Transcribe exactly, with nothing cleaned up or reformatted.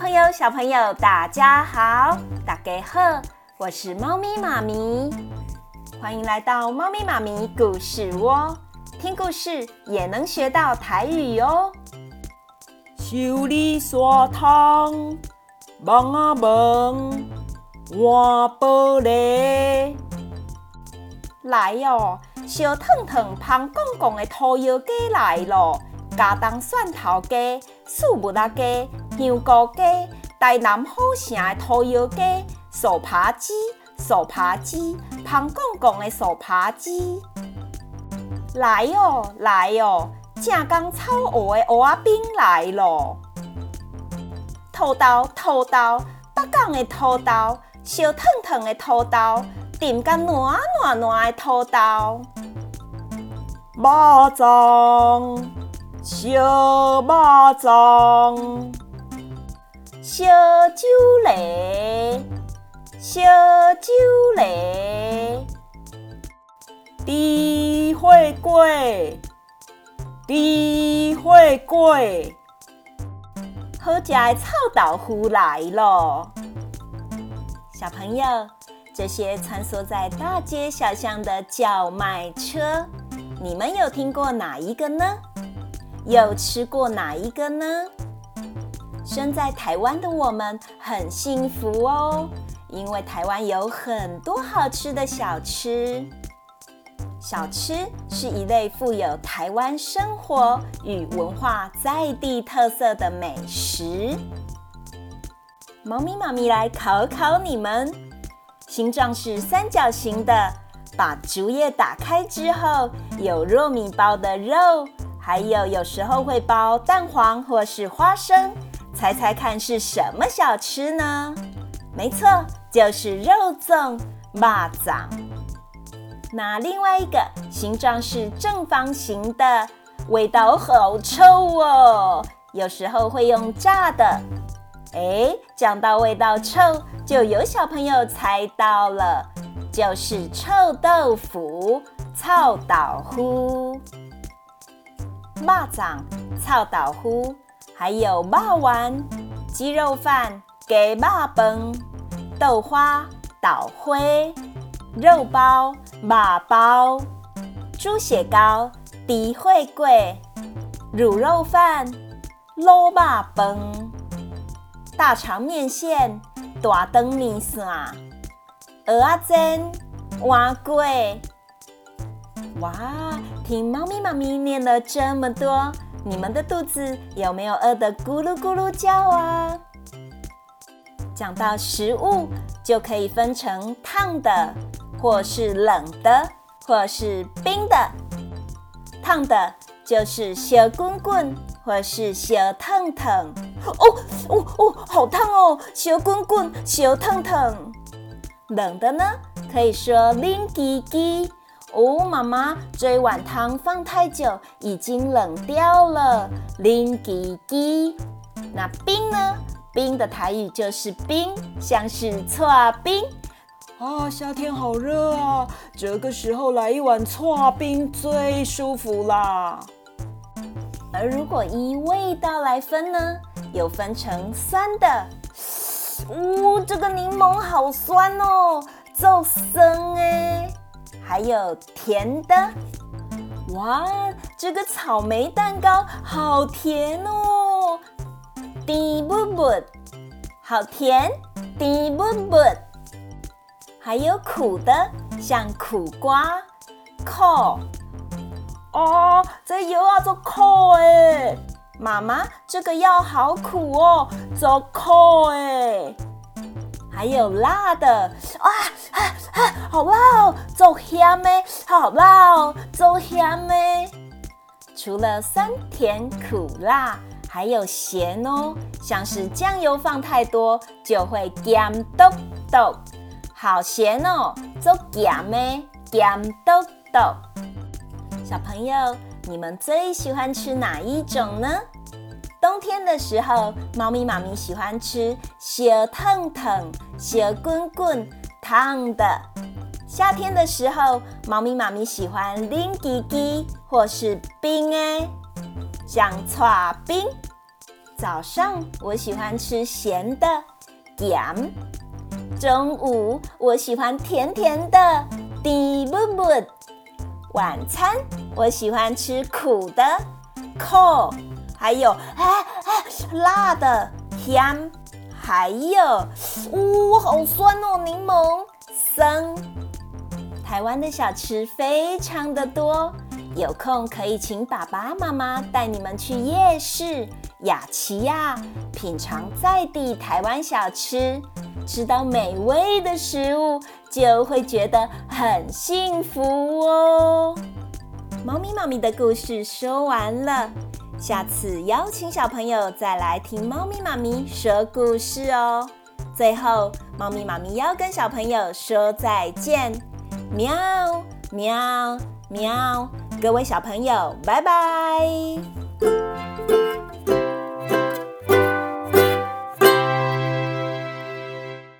朋友、小朋友，大家好，大家好，我是猫咪妈咪，欢迎来到猫咪妈咪故事窝，听故事也能学到台语哟。 修理沙桶，望啊望，换玻璃。 来哦，烧烫烫、香公公的土窑鸡来咯！加冬蒜头鸡、素木仔鸡、香菇鸡、台南好城的土窑鸡、手扒鸡、手扒鸡、香公公的手扒鸡。来哦，来哦！正港草蚵的蚵仔冰来咯！土豆，土豆，北港的土豆，烧烫烫的土豆。炖甲软软软的土豆， 肉粽，烧肉粽， 烧酒螺，烧酒螺， 猪血粿，猪血粿， 好食的臭豆腐来咯！小朋友。这些穿梭在大街小巷的叫卖车，你们有听过哪一个呢？有吃过哪一个呢？身在台湾的我们很幸福哦，因为台湾有很多好吃的小吃。小吃是一类富有台湾生活与文化在地特色的美食。猫咪妈咪来考考你们。形状是三角形的，把竹叶打开之后，有糯米包的肉，还有有时候会包蛋黄或是花生。猜猜看是什么小吃呢？没错，就是肉粽、肉粽。那另外一个形状是正方形的，味道好臭哦，有时候会用炸的。哎，讲到味道臭，就有小朋友猜到了，就是臭豆腐、臭豆腐、肉粽、臭豆腐，还有肉丸、鸡肉饭、鸡肉饭、豆花、豆花、肉包、肉包、猪血糕、猪血粿、卤肉饭、卤肉饭。大肠面线、大肠面线、蚵仔煎、碗粿。哇，听猫咪妈咪念了这么多，你们的肚子有没有饿得咕噜咕噜叫啊？讲到食物，就可以分成烫的，或是冷的，或是冰的。烫的就是烧滚滚，或是烧烫烫。哦哦哦，好烫哦！烧滚滚，烧烫烫。冷的呢，可以说冷叽叽。哦，妈妈，这一碗汤放太久，已经冷掉了，冷叽叽。那冰呢？冰的台语就是冰，像是剉冰。 啊，夏天好热啊！这个时候来一碗剉冰最舒服啦。 而如果依味道来分呢？有分成酸的，哦，这个柠檬好酸哦，够酸哎。还有甜的，哇，这个草莓蛋糕好甜哦，甜不不，好甜，甜不不。还有苦的，像苦瓜、苦，哦，这药啊做苦哎。妈妈，这个药好苦哦，做苦哎！还有辣的，啊啊啊，好辣哦，做咸的，好辣哦，做咸的。除了酸甜苦辣，还有咸哦，像是酱油放太多就会咸豆豆，好咸哦，做咸的，咸豆豆。小朋友，你们最喜欢吃哪一种呢？冬天的时候，猫咪妈咪喜欢吃烧烫烫、烧滚滚、烫的。夏天的时候，猫咪妈咪喜欢冷叽叽或是冰的，像剉冰。 早上我喜欢吃咸的咸，中午我喜欢甜甜的甜蜜蜜，晚餐我喜欢吃苦的苦，还有啊啊辣的香，还有呜、哦、好酸哦柠檬生。台湾的小吃非常的多，有空可以请爸爸妈妈带你们去夜市、雅琪亚，品尝在地台湾小吃，吃到美味的食物，就会觉得很幸福哦。猫咪妈咪的故事说完了，下次邀请小朋友再来听猫咪妈咪说故事哦。最后，猫咪妈咪要跟小朋友说再见，喵喵喵，各位小朋友，拜拜。